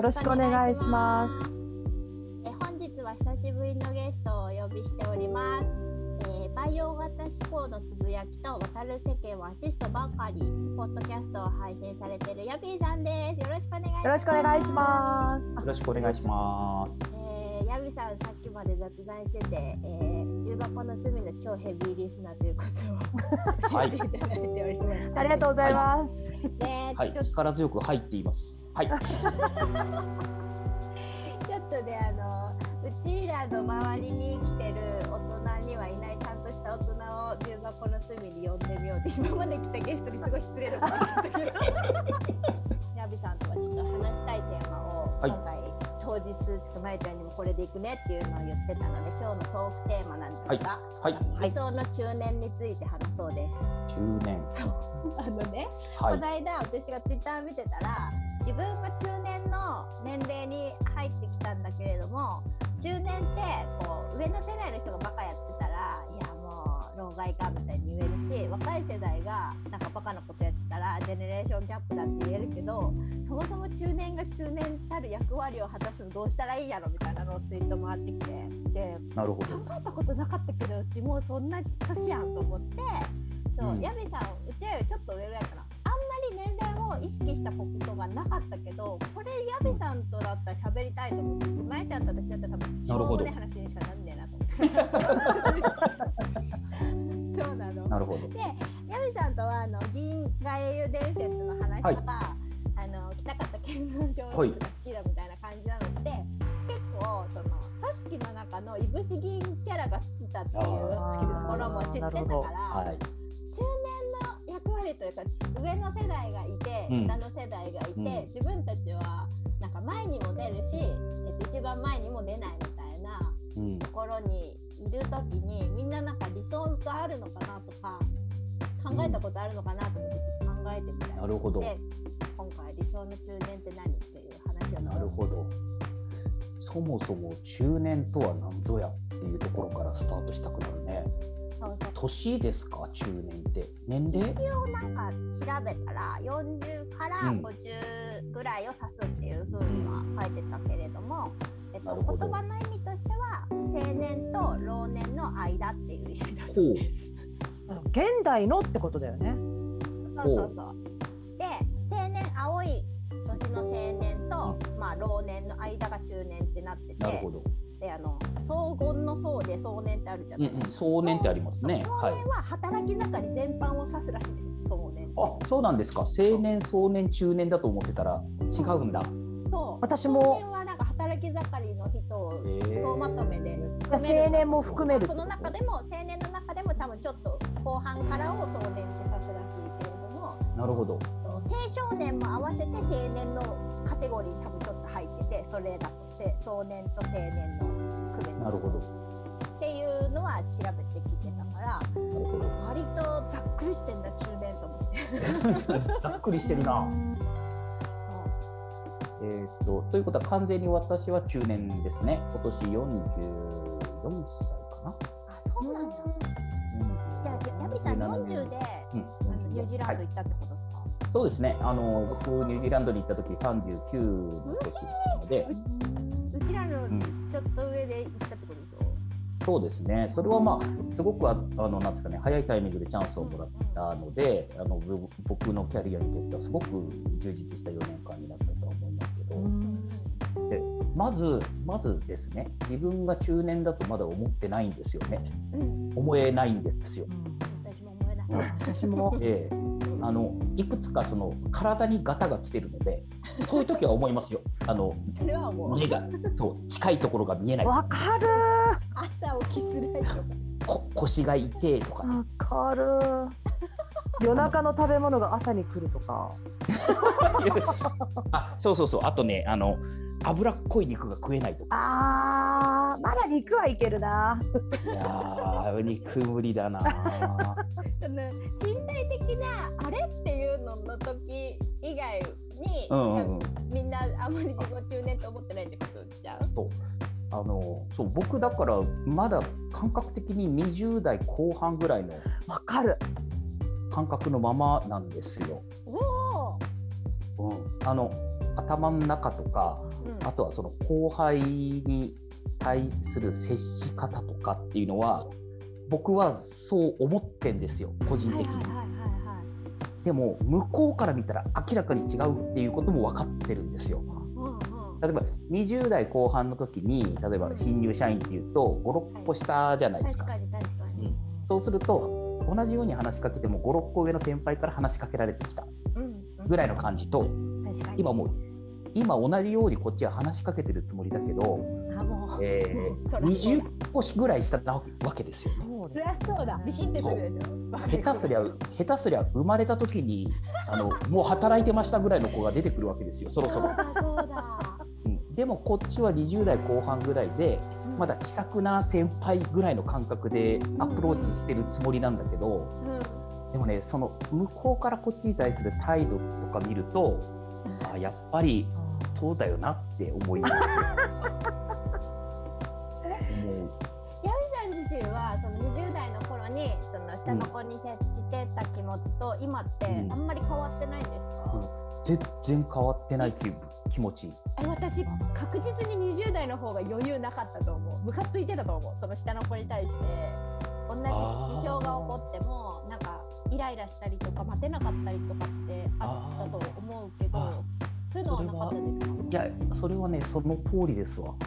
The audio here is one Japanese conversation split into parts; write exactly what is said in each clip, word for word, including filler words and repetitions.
ろしくお願いします。 え本日は久しぶりのゲストをお呼びしております。えー、培養型思考のつぶやきと渡る世間はアシストばかりポッドキャストを配信されているヤビーさんです。よろしくお願いします。 よろしくお願いします。 よろしくお願いします。 えー、ヤビーさん、さっきまで雑談してて、えー、重箱の隅の超ヘビーリスナーということを教えていただいております、 はい、ありがとうございます。 はい、ね、 はい、力強く入っています。はい。ちょっとね、あのうちらの周りに生きてる大人にはいないちゃんとした大人を重箱の隅に呼んでみようって今まで来たゲストにすごい失礼なこと言っちゃったけどヤビさんとはちょっと話したいテーマを、はい、今回当日ちょっとまゆちゃんにもこれでいくねっていうのを言ってたので、今日のトークテーマなんですが、 はいはい、 理想の中年について話そうです。 中年。 そうあのね、はい、この間私がツイッター見てたら、自分が中年の年齢に入ってきたんだけれども、中年ってこう上の世代の人がバカやってたら、いやもう老害かみたいに言えるし、若い世代がなんかバカなことやってたらジェネレーションギャップだって言えるけど、そもそも中年が中年たる役割を果たすのどうしたらいいやろみたいなのをツイート回ってきて、で、 なるほど、 考えたことなかったけど、うちもうそんな年やんと思って、そう、うん、ヤミさんうちらよりちょっと上ぐらいかな。あんまり年齢を意識したことがなかったけど、これヤビさんとだったら喋りたいと思って、まやちゃんと私だったら多分しょうもない話にしかなんねえなと思ってそうなの。 なるほど。 で、ヤビさんとはあの銀河英雄伝説の話とか、はい、あの来たかった健三小説が好きだみたいな感じなので、はい、結構その組織の中のいぶし銀キャラが好きだっていうところも知ってたから、はい、中年の役割というか、上の世代がいて、うん、下の世代がいて、うん、自分たちはなんか前にも出るし、えっと、一番前にも出ないみたいなところにいるときに、みんななんか理想があるのかなとか考えたことあるのかなと思ってちょっと考えてみたいな。 なるほど。 で、今回理想の中年って何っていう話を。 なるほど。そもそも中年とは何ぞやっていうところからスタートしたくなるね。 そうそう、 年ですか、中年って年齢？ 一応なんか調べたらよんじゅうからごじゅうぐらいを指すっていう風には書いてたけれども、えっと、言葉の意味としては青年と老年の間っていう意味だそうです。 現代のってことだよね。 そうそうそう。で、青年、青い年の青年と、まあ、老年の間が中年ってなってて、 なるほど。 で、あの荘厳の荘で壮年ってあるじゃないですか。 うんうん、壮年ってありますね。 壮年は働き盛り全般を指すらしいです。壮年って。 あ、そうなんですか。青年、壮年、中年だと思ってたら違うんだ。 そう。 私も。 壮年はなんか働き盛りの人を総まとめで。 じゃあ青年も含める。 その中でも青年の中でも多分ちょっと後半からを壮年って指すらしいけれども。 なるほど。 青少年も合わせて青年のカテゴリーに多分ちょっと入ってて、それだと壮年と青年の区別。 なるほど。 っていうのは調べてきてたから、割とざっくりしてんだ中年と思ってざっくりしてるな。そう、えー、っとということは完全に私は中年ですね。今年よんじゅうよんさいかな。 あ、そうなんだ。うん、じゃあヤビさんよんじゅうで、うん、あのニュージーランド行ったってことですか？はい、 そうですね。あの僕ニュージーランドに行った時さんじゅうきゅうの時なので、 うちらのちょっと上で行ったってことでしょ？ そうですね。それはまあすごくあのなんですかね、早いタイミングでチャンスをもらったので、あの僕のキャリアにとってはすごく充実したよねんかんになったとは思いますけど、でまずまずですね、自分が中年だとまだ思ってないんですよね。うん、思えないんですよ。 うん、私も思えない。 私も。 ええ、あのいくつかその体にガタが来てるので、そういう時は思いますよ。あのそれはもう目がそう近いところが見えない。 わかる。 朝起きづらいとか。 こ腰が痛いとか。 わかる。夜中の食べ物が朝に来るとか。 あ、そうそうそう。あとね、あの脂っこい肉が食えないとか。 ああ、まだ肉はいけるな。 いやー、肉無理だな。 その身体的なあれっていうのの時以外に、うんうんうん、みんなあんまり自分を中年と思ってないってことじゃん。 そう、あのそう僕だからまだ感覚的ににじゅうだいこう半ぐらいのわかる感覚のままなんですよ。 おー、うん、あの頭の中とか、 うん、 あとはその後輩に対する接し方とかっていうのは僕はそう思ってんですよ、個人的に。 はいはいはいはいはい、 でも向こうから見たら明らかに違うっていうことも分かってるんですよ。 うんうん、 例えばにじゅう代後半の時に例えば新入社員っていうとごろっこ下じゃないですか。 確かに確かに、 うん、そうすると同じように話しかけてもごろっこ上の先輩から話しかけられてきたぐらいの感じと、 確かに今もう今同じようにこっちは話しかけてるつもりだけど、 あもう、 えー、にじゅっこぐらい下なわけですよね。 そりゃそうだ、ビシッてするでしょ。 下手すりゃ下手すりゃ生まれた時にあのもう働いてましたぐらいの子が出てくるわけですよ、そろそろ。 そうだそうだ、 うん、でもこっちはにじゅう代後半ぐらいでまだ気さくな先輩ぐらいの感覚でアプローチしてるつもりなんだけど、 うん、 でもね、その向こうからこっちに対する態度とか見ると、あ、やっぱりそうだよなって思います。思う。 ヤミさん自身はそのにじゅう代の頃にその下の子に接してた気持ちと今ってあんまり変わってないんですか？ うん、全然変わってない気気持ち。 え、私確実ににじゅう代の方が余裕なかったと思う。ムカついてたと思う。その下の子に対して同じ事象が起こってもなんかイライラしたりとか待てなかったりとかってあったと思うけど、そういうのはなかったですか？ いや、それはね、その通りですわ。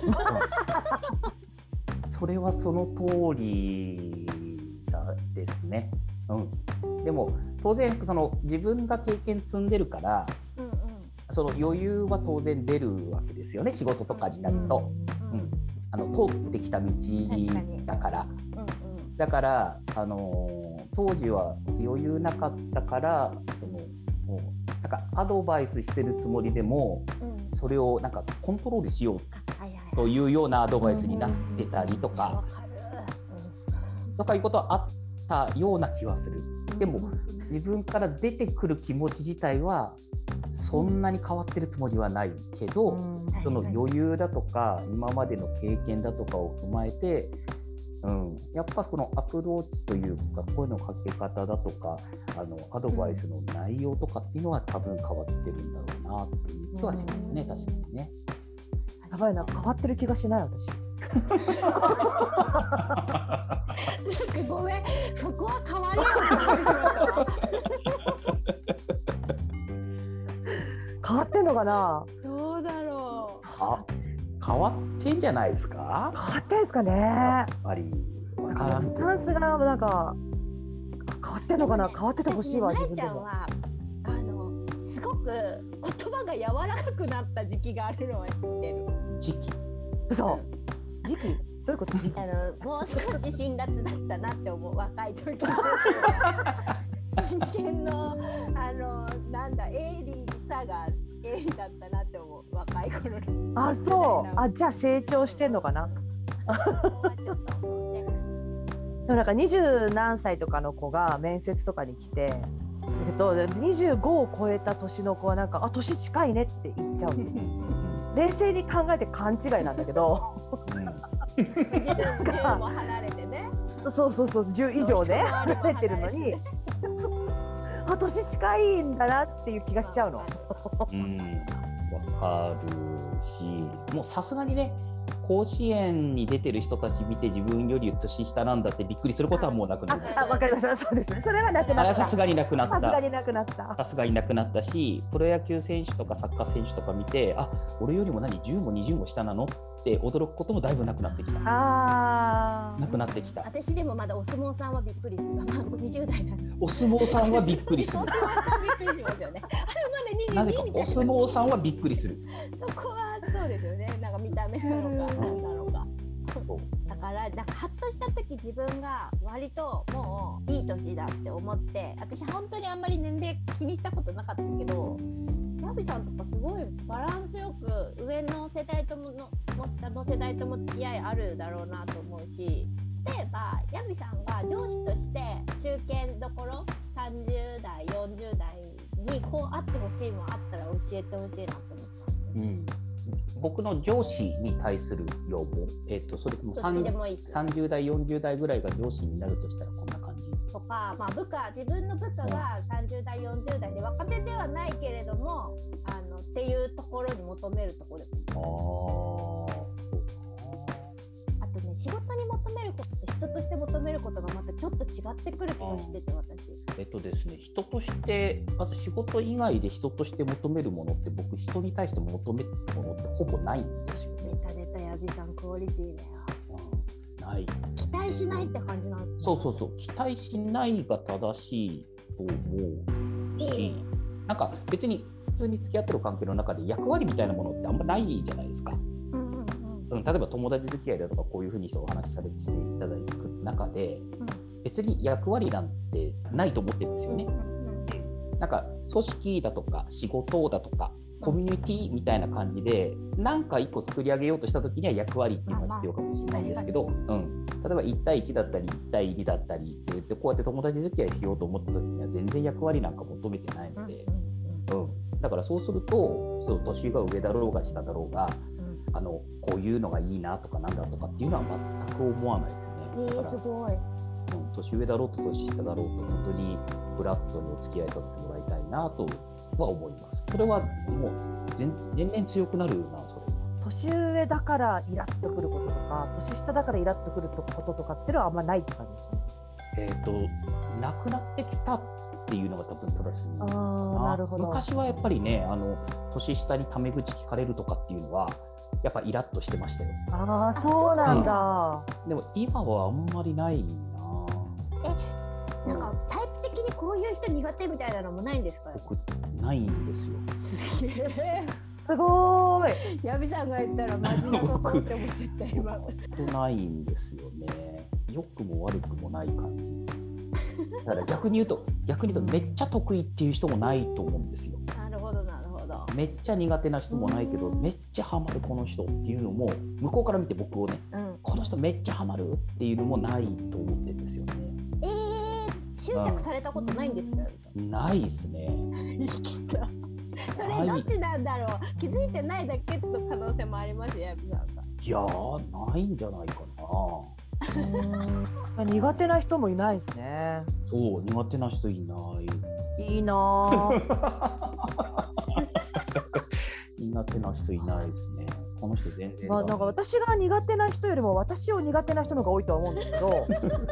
それはその通りだですね。うん。でも当然その自分が経験積んでるから、 うんうん、 その余裕は当然出るわけですよね。仕事とかになると、うんうん、あの通ってきた道だから。うんうん、だからあのー、当時は余裕なかったからそのもうなんかアドバイスしてるつもりでも、うん、それをなんかコントロールしようというようなアドバイスになってたりとか、とかいうことはあったような気はする。でも自分から出てくる気持ち自体はそんなに変わってるつもりはないけど、その余裕だとか今までの経験だとかを踏まえて、うん、やっぱこのアプローチというか声のかけ方だとかあのアドバイスの内容とかっていうのは多分変わってるんだろうなっていう気はしますね、確かにね。 やばいな、変わってる気がしない私。 なんかごめん、そこは変わりようと思ってしまった変わってんのかな。 どうだろう。 は変わってんじゃないですか。 変わってんですかね。 やっぱり分からん。 スタンスがなんか変わってんのかな。変わっててほしいわ。自分でも。 あのすごく言葉が柔らかくなった時期があるのは知ってる。 時期。 そう。時期。どういうこと？時期。 あのもう少し辛辣だったなって思う。若い時真剣のあのなんだ鋭利さが鋭利だったなって思う。若い頃に。 あ、そう。あ、じゃあ成長してんのかな。 ちょっと思うね。 でもなんかにじゅう何歳とかの子が面接とかに来て、えっとにじゅうごを超えた年の子はなんかあ年近いねって言っちゃうんですよ。冷静に考えて勘違いなんだけど。 じゅうも離れてね。 そうそうそう、じゅう以上ね離れてるのにあ年近いんだなっていう気がしちゃうの。 うん、わかるし、もうさすがにね甲子園に出てる人たち見て自分より年下なんだってびっくりすることはもうなくなった。 あ、わかりました。そうですね。それはなくなった。 さすがになくなった。 さすがになくなった。 さすがになくなったし、プロ野球選手とかサッカー選手とか見て、あ、俺よりも何じゅうもにじゅうも下なのって驚くこともだいぶなくなってきた。 あなくなってきた。 私でもまだお相撲さんはびっくりする。まあにじゅう代なんで。 お相撲さんはびっくりする。 お相撲さんはびっくりしますよね。あれまだにじゅうにみたいな。 なぜかお相撲さんはびっくりする。 そこはそうですよね。なんか見た目なのかなんだろうか。 そうだからなんかハッとした時自分が割ともういい年だって思って、私本当にあんまり年齢気にしたことなかったけど、ヤビさんとかすごいバランスよく上の世代とものも下の世代とも付き合いあるだろうなと思うし、例えばヤビさんが上司として中堅どころさんじゅう代よんじゅう代にこうあってほしいもんあったら教えてほしいなと思ったんですよ。 うん僕の上司に対する要望、えー、とそれともどっちでもいいっすさんじゅう代よんじゅう代ぐらいが上司になるとしたらこんな感じとか、まあ、部下自分の部下がさんじゅう代よんじゅう代で若手ではないけれどもあのっていうところに求めるところでもいい。あとね、仕事に求めることと人として求めることがまたちょっと違ってくる気がしてて、私えっとですね、人としてまず仕事以外で人として求めるものって僕人に対して求めるものってほぼないんですよね。 出た出たヤビさんクオリティだよ、 うん、ない。 期待しないって感じなんですね。 そうそうそう、期待しないが正しいと思うし、うん、なんか別に普通に付き合ってる関係の中で役割みたいなものってあんまないじゃないですか。うんうんうん、例えば友達付き合いだとかこういうふうにしてお話しされていただく中で、うん、別に役割なんてないと思ってるんですよね。うん、なんか組織だとか仕事だとかコミュニティみたいな感じで何か一個作り上げようとした時には役割っていうのが必要かもしれないんですけど、うん、例えばいち対いちだったりいち対にだったりって言ってこうやって友達付き合いしようと思った時には全然役割なんか求めてないので、うんうん、だからそうするとそう年が上だろうが下だろうが、うん、あのこういうのがいいなとかなんだとかっていうのは全く思わないですよね。 えー、すごい。 うん、年上だろうと年下だろうと本当にフラットにお付き合いさせてもらいたいなとは思います。それはもう年々強くなるな。それ年上だからイラッとくることとか年下だからイラッとくることとかっていうのはあんまないって感じですかね。 えっとなくなってきたっていうのが多分正しい。 あー、なるほど。 昔はやっぱりね、あの年下にタメ口聞かれるとかっていうのはやっぱイラッとしてましたよ。 ああ、そうなんだ、 うん、でも今はあんまりないな。 え、なんかタイプ的にこういう人苦手みたいなのもないんですか？ 僕ないんですよ。 すげえ。 すごーい。 ヤビさんが言ったらマジなさそうって思っちゃった今。 ないんですよね。良くも悪くもない感じ。だから逆に言うと逆に言うとめっちゃ得意っていう人もないと思うんですよ。 なるほどなるほど。 めっちゃ苦手な人もないけどめっちゃハマるこの人っていうのも向こうから見て僕をね、うん、この人めっちゃハマるっていうのもないと思ってるんですよね。 えー、執着されたことないんですか？ うん、ないですね。 生きた。それどっちなんだろう。気づいてないだけの可能性もありますよ、ヤビさんが。いやー、ないんじゃないかな。苦手な人もいないですね。 そう、苦手な人いない。 いいな。 苦手な人いないですね。この人全然。 まあ、なんか私が苦手な人よりも私を苦手な人の方が多いとは思うんですけど。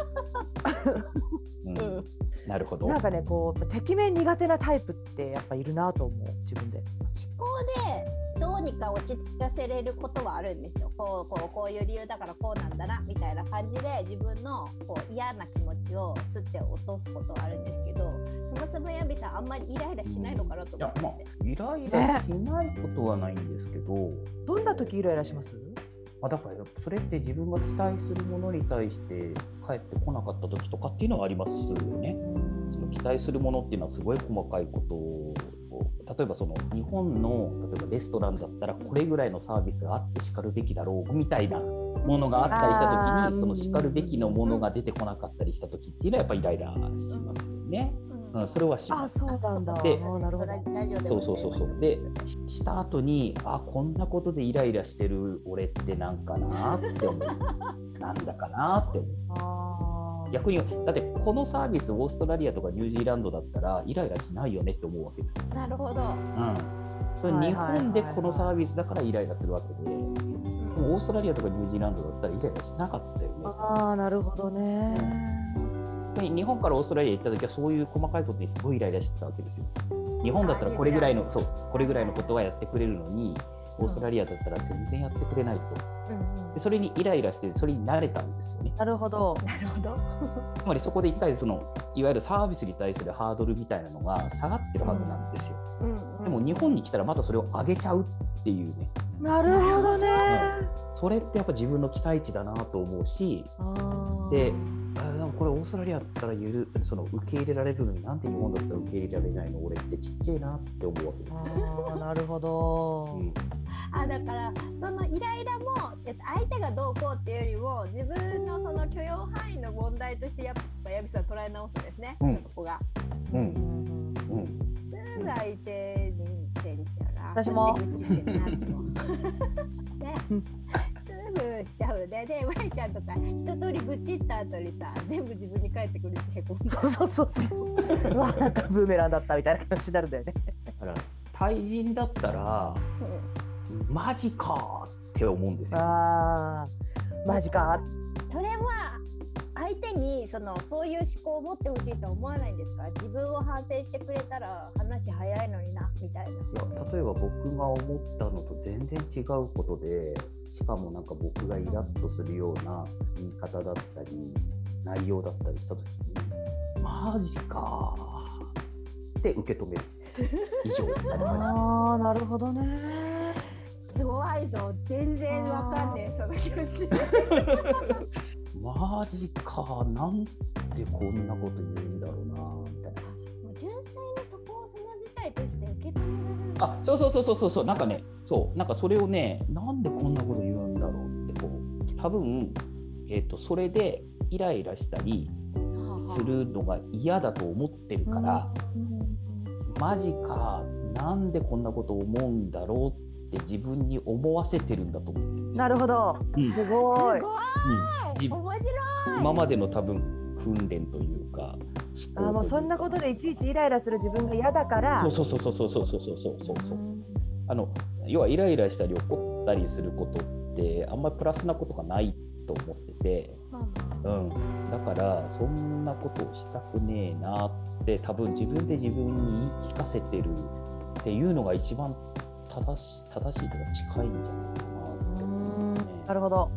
うん、なるほど。 なんかね、こうてきめん苦手なタイプってやっぱいるなと思う、自分で。 思考でどうにか落ち着かせれることはあるんですよ。こうこうこういう理由だからこうなんだなみたいな感じで自分のこう嫌な気持ちをすって落とすことはあるんですけど、そもそもヤビさんあんまりイライラしないのかなと思って。 いや、まあ、イライラしないことはないんですけど、 どんな時イライラします？ あ、だからそれって自分が期待するものに対して返ってこなかった時とかっていうのはありますよね。その期待するものっていうのはすごい細かいことを、例えばその日本の例えばレストランだったらこれぐらいのサービスがあってしかるべきだろうみたいなものがあったりした時に、そのしかるべきのものが出てこなかったりした時っていうのはやっぱりイライラしますよね。うん、それはします。 あ、そうなんだ。 で、 そうそうそうそう。で、した後に、あ、こんなことでイライラしてる俺ってなんかなって思う。なんだかなって思う。あ、逆に、だってこのサービスオーストラリアとかニュージーランドだったらイライラしないよねって思うわけですよ。 なるほど。 うん。それ日本でこのサービスだからイライラするわけで、でもオーストラリアとかニュージーランドだったらイライラしなかったよね。 ああ、なるほどね。 うん、日本からオーストラリア行った時はそういう細かいことにすごいイライラしてたわけですよ。日本だったらこれぐらいのそうこれぐらいのことはやってくれるのに、オーストラリアだったら全然やってくれないと、うんうん、でそれにイライラしてそれに慣れたんですよね。 なるほど、 なるほど。 つまりそこで一回そのいわゆるサービスに対するハードルみたいなのが下がってるはずなんですよ、うんうんうん、でも日本に来たらまたそれを上げちゃうっていうね。 なるほどね、 うん、それってやっぱ自分の期待値だなと思うし、あでこれオーストラリアだったらゆるその受け入れられるのになんで日本だったら受け入れられないの俺ってちっちゃいなって思うわけですよ。 あなるほど、 うん、あだからそのイライラも相手がどうこうっていうよりも自分のその許容範囲の問題としてやっぱヤビさん捉え直すんですね、うん、そこが、うんうん、すぐ相手に接せいにしちゃうな。 私もそして愚痴ってるな私もね、すぐしちゃうね。で、まいちゃんとか一通り愚痴った後にさ、全部自分に返ってくるってへこんじゃう。 そうそうそうそううわなんかブーメランだったみたいな感じになるんだよね。 だから対人だったらマジかって思うんですよ。 あーマジか。 それは相手にそのそういう思考を持ってほしいとは思わないんですか？自分を反省してくれたら話早いのになみたいな。いや、例えば僕が思ったのと全然違うことで、しかもなんか僕がイラッとするような言い方だったり内容だったりした時にマジかって受け止める以上になります。 ああなるほどね。 弱いぞ、全然わかんねえその気持ち。 マジか、なんでこんなこと言うんだろうなみたいな。 もう純粋にそこをその事態として受け止められる。 あ、そうそうそうそうそう、なんかね、そうなんかそれをね、なんでこんなこと言うんだろうってこう、多分えっとそれでイライラしたりするのが嫌だと思ってるから、マジか、なんでこんなこと思うんだろうって自分に思わせてるんだと思ってる。 なるほど、 うん、 すごい。 すごい、 うん、 面白い。 今までの多分訓練というか、 あもうそんなことでいちいちイライラする自分が嫌だから。 そうそうそうそうそうそうそうそうそうそう。あの要はイライラしたり怒ったりすることってあんまりプラスなことがないと思ってて、うん、だからそんなことをしたくねえなって多分自分で自分に言い聞かせてるっていうのが一番正し正しいとか近いんじゃないかなって思うね。 なるほど。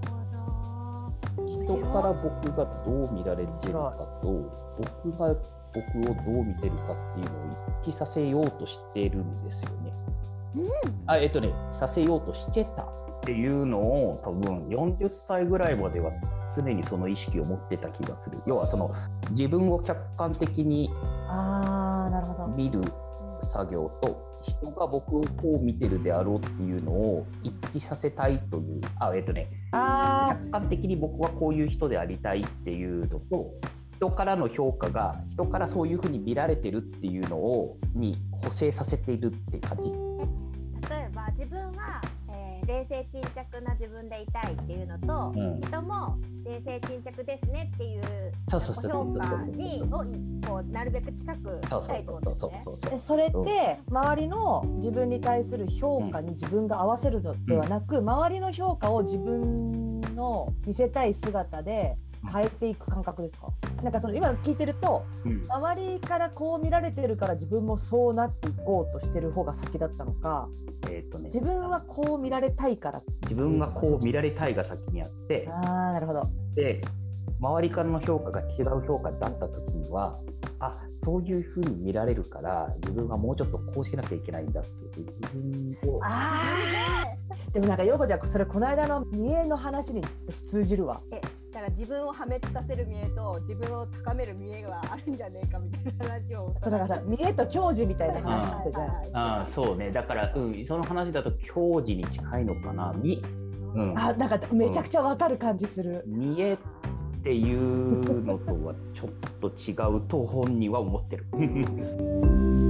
人から僕がどう見られてるかと僕が僕をどう見てるかっていうのを一致させようとしてるんですよね。うん、あえっとねさせようとしてたっていうのを多分よんじゅっさいぐらいまでは常にその意識を持ってた気がする。要はその自分を客観的に見る作業と人が僕をこう見てるであろうっていうのを一致させたいというあえっとねあ客観的に僕はこういう人でありたいっていうのと人からの評価が人からそういうふうに見られてるっていうのをに補正させているって感じ。 例えば自分は、えー、冷静沈着な自分でいたいっていうのと、うん、人も冷静沈着ですねっていう評価にをこうなるべく近くしたいってことですね。 それって周りの自分に対する評価に自分が合わせるのではなく、うん、周りの評価を自分の見せたい姿で変えていく感覚ですか？なんかその今聞いてると、うん、周りからこう見られてるから自分もそうなっていこうとしてる方が先だったのか、えーとね、自分はこう見られたいから自分はこう見られたいが先にあって、 あーなるほど。で周りからの評価が違う評価だった時にはあそういうふうに見られるから自分はもうちょっとこうしなきゃいけないんだっていう自分をあでもなんか陽子ちゃんそれこの間の見栄の話に通じるわ。 えだから自分を破滅させる見栄と自分を高める見栄があるんじゃねえかみたいな話をそうだから見栄と矜持みたいな話してたじゃないですか。 ああそうねだから、うん、その話だと矜持に近いのかなみ、 うん、あなんかめちゃくちゃわかる感じする、 うん、見栄っていうのとはちょっと違うと本人は思ってる。